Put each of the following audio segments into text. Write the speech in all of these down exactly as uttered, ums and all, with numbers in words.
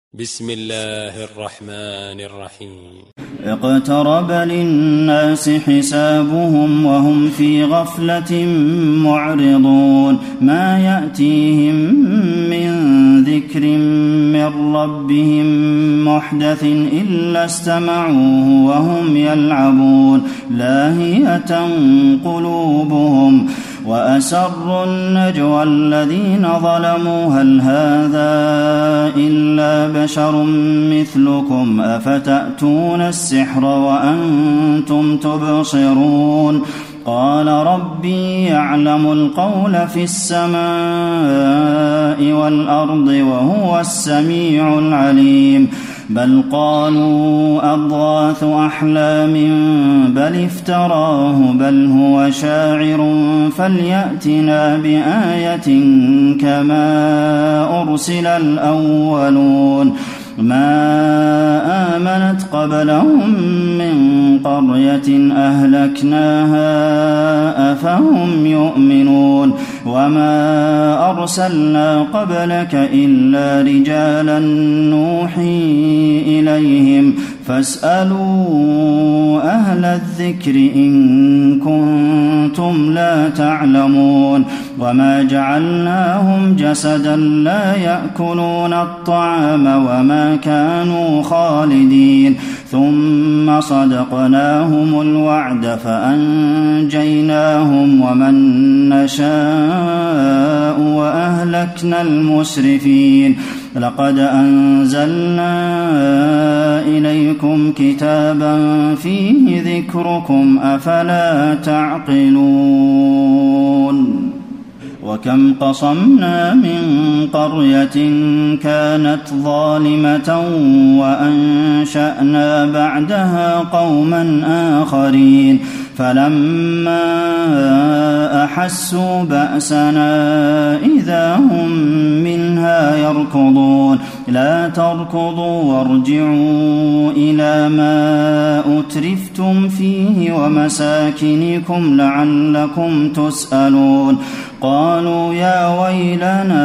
بسم الله الرحمن الرحيم. اقترب للناس حسابهم وهم في غفلة معرضون ما يأتيهم من ذكر من ربهم محدث إلا استمعوه وهم يلعبون لاهية قلوبهم وأسروا النجوى الذين ظلموا هل هذا إلا بشر مثلكم أفتأتون السحر وأنتم تبصرون قال ربي يعلم القول في السماء والأرض وهو السميع العليم بل قالوا أضغاث أحلام بل افتراه بل هو شاعر فليأتنا بآية كما أرسل الأولون ما آمنت قبلهم من قرية أهلكناها أفهم يؤمنون وما أرسلنا قبلك إلا رجالا نوحي إليهم فاسألوا أهل الذكر إن كنتم لا تعلمون وما جعلناهم جسدا لا يأكلون الطعام وما كانوا خالدين ثم صدقناهم الوعد فأنجيناهم ومن نشاء وأهلكنا المسرفين لقد أنزلنا إليكم كتابا فيه ذكركم أفلا تعقلون وكم قصمنا من قرية كانت ظالمة وأنشأنا بعدها قوما آخرين فلما أحسوا بأسنا إذا هم منها يركضون لا تركضوا وارجعوا إلى ما أترفتم فيه ومساكنكم لعلكم تسألون قالوا يا ويلنا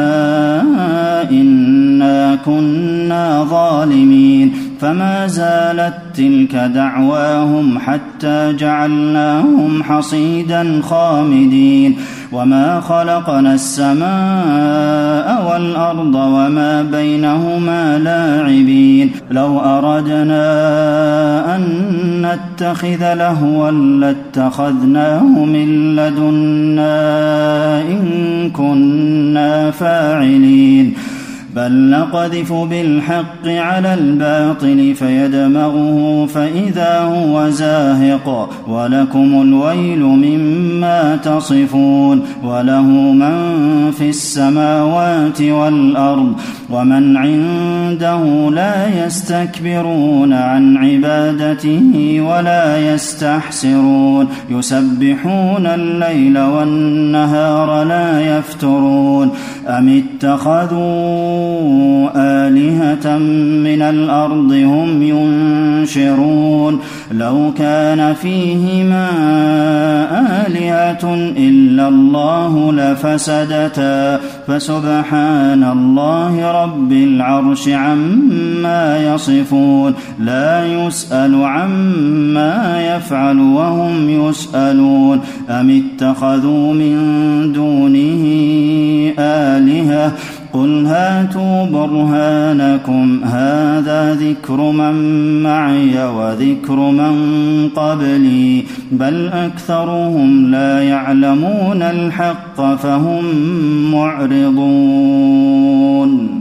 إنا كنا ظالمين فما زالت تلك دعواهم حتى جعلناهم حصيدا خامدين وما خلقنا السماء والأرض وما بينهما لاعبين لو أردنا أن نتخذ لهوا لاتخذناه من لدنا إن كنا فاعلين بل نقذف بالحق على الباطل فيدمغه فإذا هو زاهق ولكم الويل مما تصفون وله من في السماوات والأرض ومن عنده لا يستكبرون عن عبادته ولا يستحسرون يسبحون الليل والنهار لا يفترون أم اتخذوا آلهة من الأرض هم ينشرون لو كان فيهما آلهة إلا الله لفسدتا فسبحان الله رب العرش عما يصفون لا يسأل عما يفعل وهم يسألون أم اتخذوا من دونه آلهة قل هاتوا برهانكم هذا ذكر من معي وذكر من قبلي بل أكثرهم لا يعلمون الحق فهم معرضون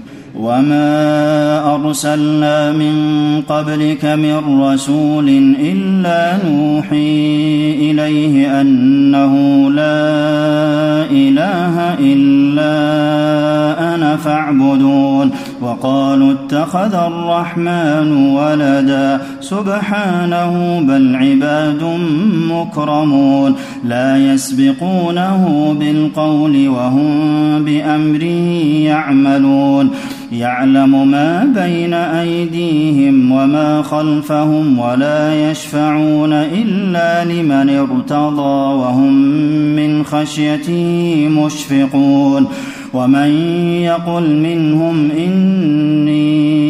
وما أرسلنا من قبلك من رسول إلا نوحي إليه أنه لا إله إلا أنا فاعبدون وقالوا اتخذ الرحمن ولدا سبحانه بل عباد مكرمون لا يسبقونه بالقول وهم بأمره يعملون يعلم ما بين أيديهم وما خلفهم ولا يشفعون إلا لمن ارتضى وهم من خشيته مشفقون ومن يقل منهم إني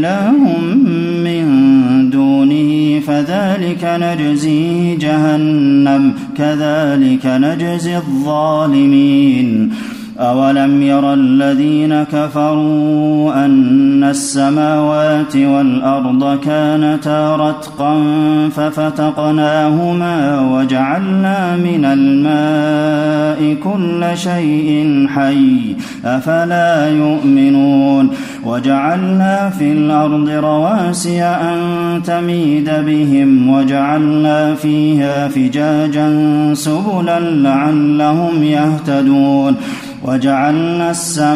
إله من دونه فذلك نجزيه جهنم كذلك نجزي الظالمين أولم ير الذين كفروا أن السماوات والأرض كانتا رتقا ففتقناهما وجعلنا من الماء كل شيء حي أفلا يؤمنون وجعلنا في الأرض رواسي أن تميد بهم وجعلنا فيها فجاجا سبلا لعلهم يهتدون وجعلنا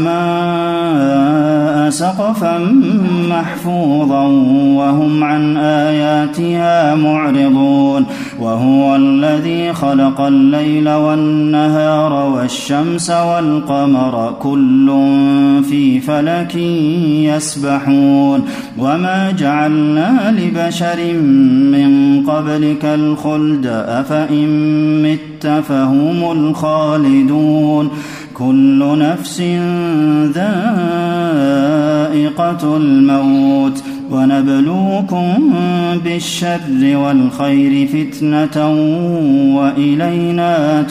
السماء سقفا محفوظا وهم عن آياتها معرضون وهو الذي خلق الليل والنهار والشمس والقمر كل في فلك يسبحون وما جعلنا لبشر من قبلك الخلد أفإن مت فهم الخالدون كل نفس ذائقة الموت ونبلوكم بالشر والخير فتنة وإلينا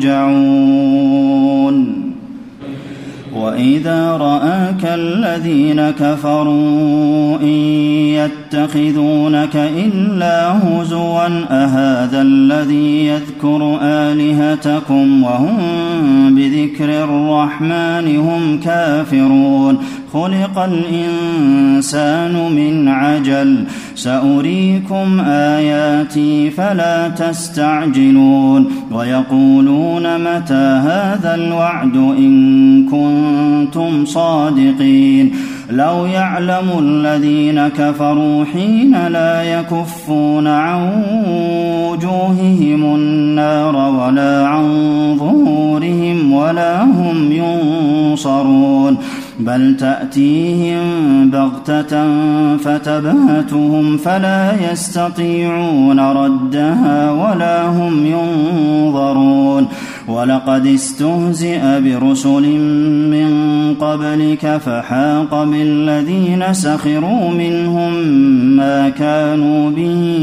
ترجعون وإذا رآك الذين كفروا إن يتخذونك إلا هزوا أهذا الذي يذكر آلهتكم وهم بذكر الرحمن هم كافرون خلق الإنسان من عجل سأريكم آياتي فلا تستعجلون ويقولون متى هذا الوعد إن كنتم صادقين لو يعلم الذين كفروا حين لا يكفون عن وجوههم النار ولا عن ظهورهم ولا هم ينصرون بل تأتيهم بغتة فتبهتهم فلا يستطيعون ردها ولا هم ينظرون ولقد استهزئ برسل من قبلك فحاق بالذين سخروا منهم ما كانوا به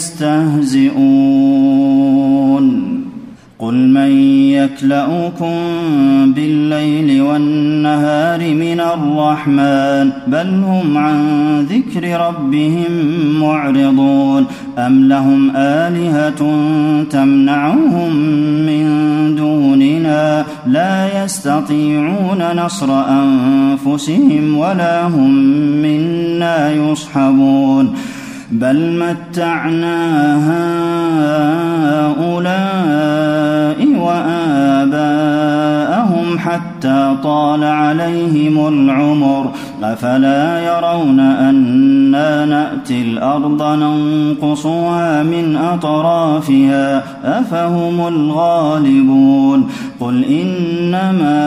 يستهزئون قل من يكلؤكم بالليل والنهار من الرحمن بل هم عن ذكر ربهم معرضون أم لهم آلهة تمنعهم من دوننا لا يستطيعون نصر أنفسهم ولا هم منا يصحبون بل متعنا هؤلاء وآباءهم حتى طال عليهم العمر أفلا يرون أنا نأتي الأرض ننقصها من أطرافها أفهم الغالبون قل إنما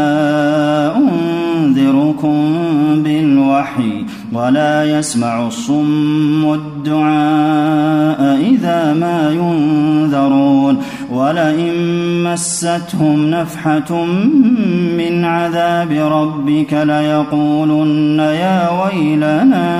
أنذركم بالوحي ولا يسمع الصم الدعاء إذا ما ينذرون ولئن مستهم نفحة من عذاب ربك ليقولن يا ويلنا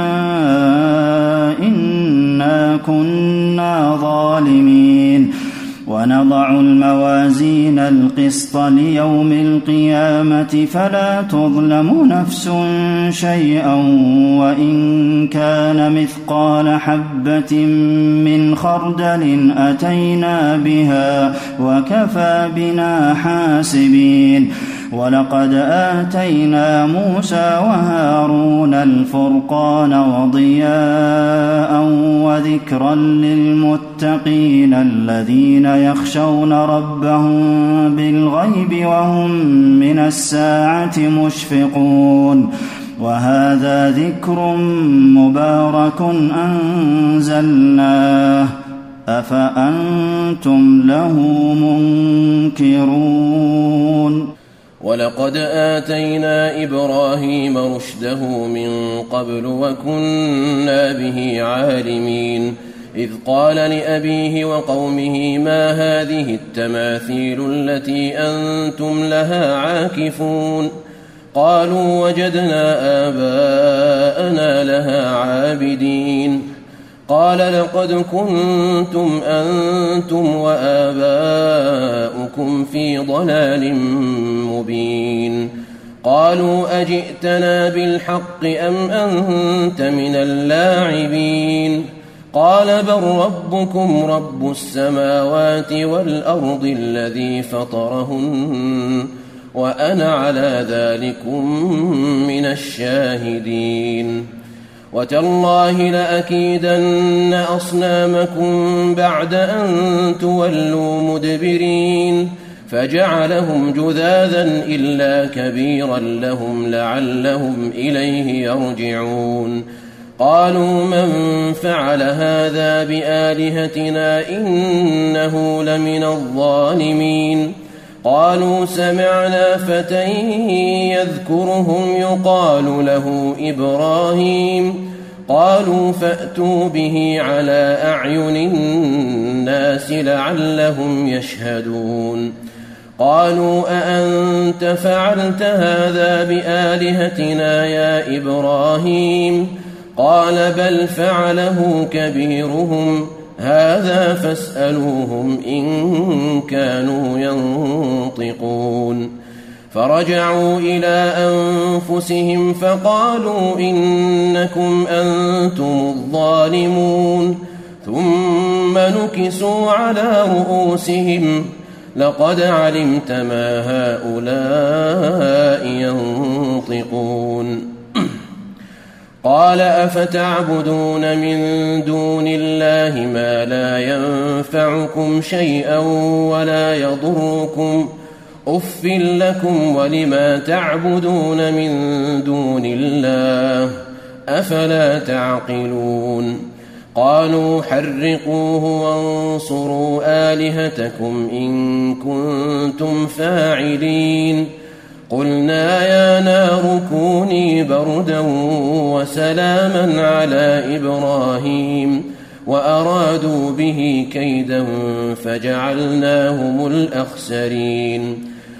إنا كنا ظالمين ونضع الموازين القسط ليوم القيامة فلا تظلم نفس شيئا وإن كان مثقال حبة من خردل أتينا بها وكفى بنا حاسبين ولقد آتينا موسى وهارون الفرقان وضياء وذكرا للمتقين الذين يخشون ربهم بالغيب وهم من الساعة مشفقون وهذا ذكر مبارك أنزلناه أفأنتم له منكرون ولقد آتينا إبراهيم رشده من قبل وكنا به عالمين إذ قال لأبيه وقومه ما هذه التماثيل التي أنتم لها عاكفون قالوا وجدنا آباءنا لها عابدين قال لقد كنتم أنتم وآباؤكم في ضلال مبين قالوا أجئتنا بالحق أم أنت من اللاعبين قال بل ربكم رب السماوات والأرض الذي فطرهن وأنا على ذلكم من الشاهدين وتالله لأكيدن أصنامكم بعد أن تولوا مدبرين فجعلهم جذاذا إلا كبيرا لهم لعلهم إليه يرجعون قالوا من فعل هذا بآلهتنا إنه لمن الظالمين قالوا سمعنا فتى يذكرهم يقال له إبراهيم قالوا فأتوا به على أعين الناس لعلهم يشهدون قالوا أأنت فعلت هذا بآلهتنا يا إبراهيم قال بل فعله كبيرهم هذا فاسألوهم إن كانوا ينطقون فرجعوا إلى أنفسهم فقالوا إنكم أنتم الظالمون ثم نكسوا على رؤوسهم لقد علمت ما هؤلاء ينطقون قال أفتعبدون من دون الله ما لا ينفعكم شيئا ولا يضركم أف لكم ولما تعبدون من دون الله أفلا تعقلون قالوا حرقوه وانصروا آلهتكم إن كنتم فاعلين قلنا يا نار كوني بردا وسلاما على إبراهيم وأرادوا به كيدا فجعلناهم الأخسرين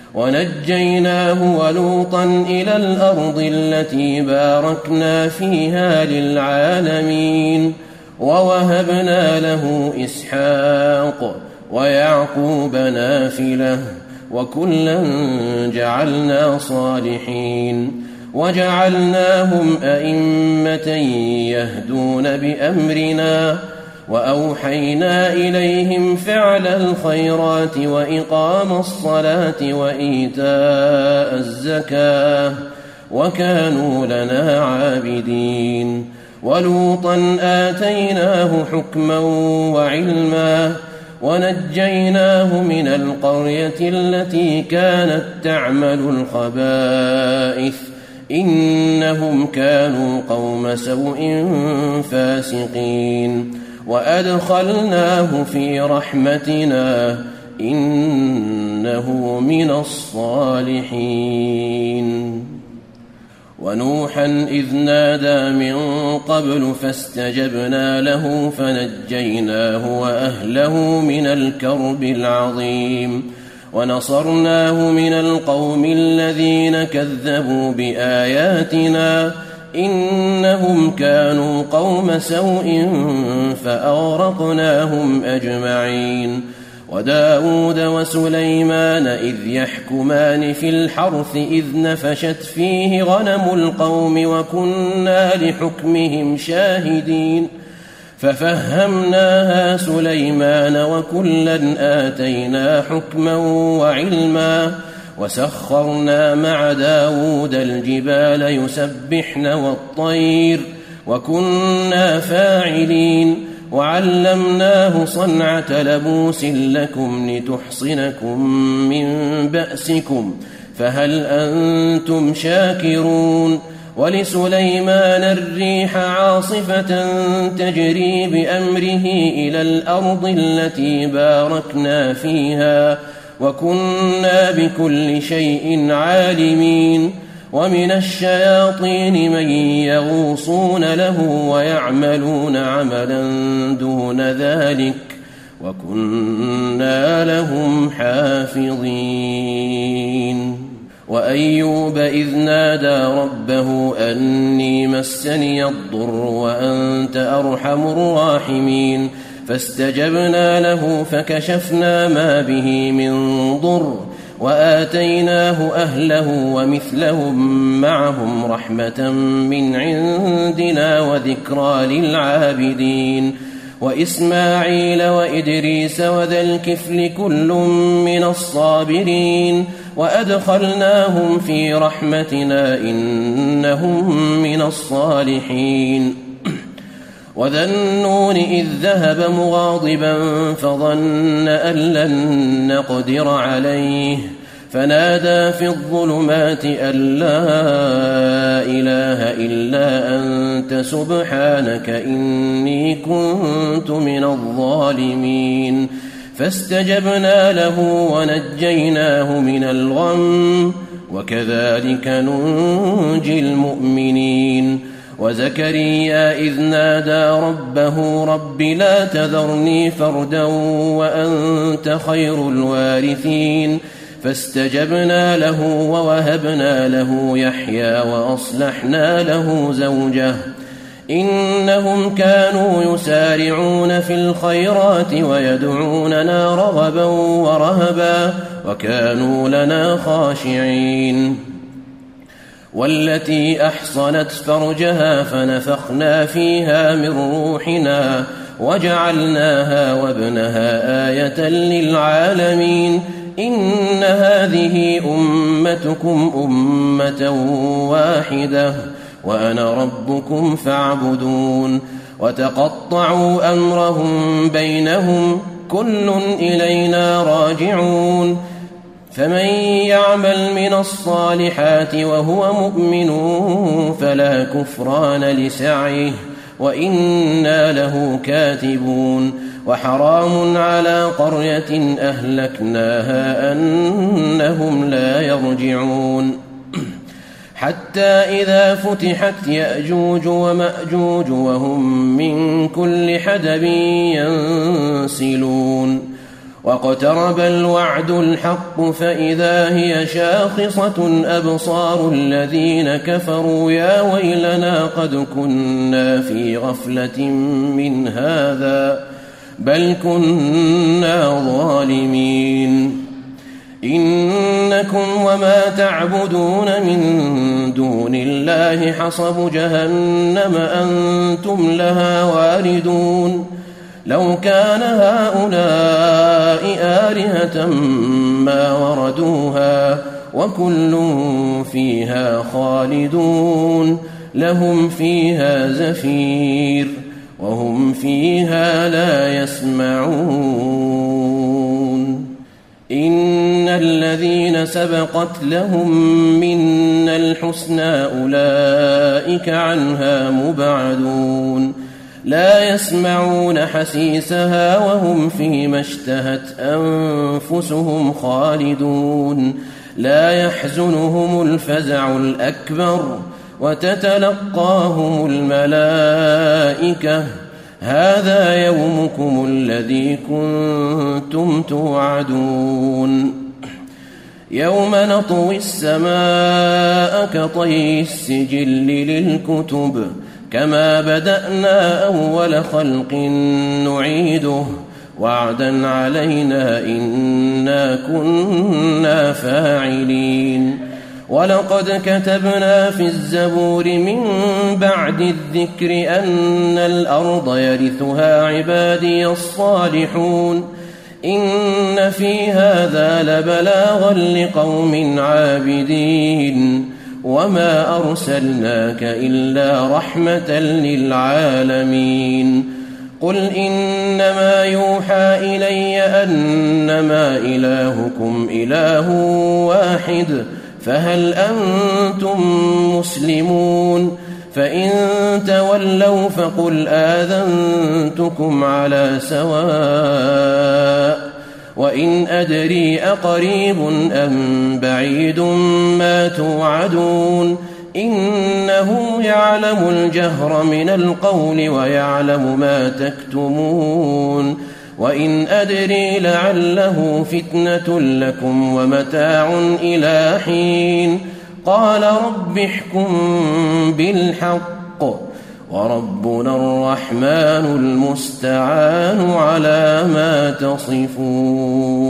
ونجيناه ولوطا إلى الأرض التي باركنا فيها للعالمين ووهبنا له إسحاق ويعقوب نافلة وكلا جعلنا صالحين وجعلناهم أئمة يهدون بأمرنا وأوحينا إليهم فعل الخيرات وإقام الصلاة وإيتاء الزكاة وكانوا لنا عابدين ولوطا آتيناه حكما وعلما ونجيناه من القرية التي كانت تعمل الخبائث إنهم كانوا قوم سوء فاسقين وأدخلناه في رحمتنا إنه من الصالحين ونوحا إذ نادى من قبل فاستجبنا له فنجيناه وأهله من الكرب العظيم ونصرناه من القوم الذين كذبوا بآياتنا إنهم كانوا قوم سوء فأغرقناهم أجمعين وداود وسليمان إذ يحكمان في الحرث إذ نفشت فيه غنم القوم وكنا لحكمهم شاهدين ففهمناها سليمان وكلا آتينا حكما وعلما وسخرنا مع داود الجبال يسبحن والطير وكنا فاعلين وعلمناه صنعة لبوس لكم لتحصنكم من بأسكم فهل أنتم شاكرون ولسليمان الريح عاصفة تجري بأمره إلى الأرض التي باركنا فيها وكنا بكل شيء عالمين ومن الشياطين من يغوصون له ويعملون عملا دون ذلك وكنا لهم حافظين وأيوب إذ نادى ربه أني مسني الضر وأنت أرحم الراحمين فاستجبنا له فكشفنا ما به من ضر وآتيناه أهله ومثلهم معهم رحمة من عندنا وذكرى للعابدين وإسماعيل وإدريس وذا الكفل كل من الصابرين وأدخلناهم في رحمتنا إنهم من الصالحين وذا النون إذ ذهب مغاضبا فظن أن لن نقدر عليه فنادى في الظلمات أن لا إله إلا أنت سبحانك إني كنت من الظالمين فاستجبنا له ونجيناه من الغم وكذلك ننجي المؤمنين وزكريا إذ نادى ربه رب لا تذرني فردا وأنت خير الوارثين فاستجبنا له ووهبنا له يحيى وأصلحنا له زوجه إنهم كانوا يسارعون في الخيرات ويدعوننا رغبا ورهبا وكانوا لنا خاشعين والتي أحصنت فرجها فنفخنا فيها من روحنا وجعلناها وابنها آية للعالمين إن هذه أمتكم أمة واحدة وأنا ربكم فاعبدون وتقطعوا أمرهم بينهم كل إلينا راجعون فمن يعمل من الصالحات وهو مؤمن فلا كفران لسعيه وإنا له كاتبون وحرام على قرية أهلكناها أنهم لا يرجعون حتى إذا فتحت يأجوج ومأجوج وهم من كل حدب ينسلون واقترب الوعد الحق فإذا هي شاخصة أبصار الذين كفروا يا ويلنا قد كنا في غفلة من هذا بل كنا ظالمين إنكم وما تعبدون من دون الله حصب جهنم أنتم لها واردون لو كان هؤلاء آلهة ما وردوها وكل فيها خالدون لهم فيها زفير وهم فيها لا يسمعون إن الذين سبقت لهم منا الحسنى أولئك عنها مبعدون لا يسمعون حسيسها وهم فيما اشتهت أنفسهم خالدون لا يحزنهم الفزع الأكبر وتتلقاهم الملائكة هذا يومكم الذي كنتم توعدون يوم نطوي السماء كطي السجل للكتب كما بدأنا أول خلق نعيده وعدا علينا إنا كنا فاعلين ولقد كتبنا في الزبور من بعد الذكر أن الأرض يرثها عبادي الصالحون إن في هذا لبلاغا لقوم عابدين وما أرسلناك إلا رحمة للعالمين قل إنما يوحى إلي أنما إلهكم إله واحد فهل أنتم مسلمون فإن تولوا فقل آذنتكم على سواء وإن أدري أقريب أم بعيد ما توعدون إنه يعلم الجهر من القول ويعلم ما تكتمون وإن أدري لعله فتنة لكم ومتاع إلى حين قال رب احكم بالحق وربنا الرحمن المستعان على ما تصفون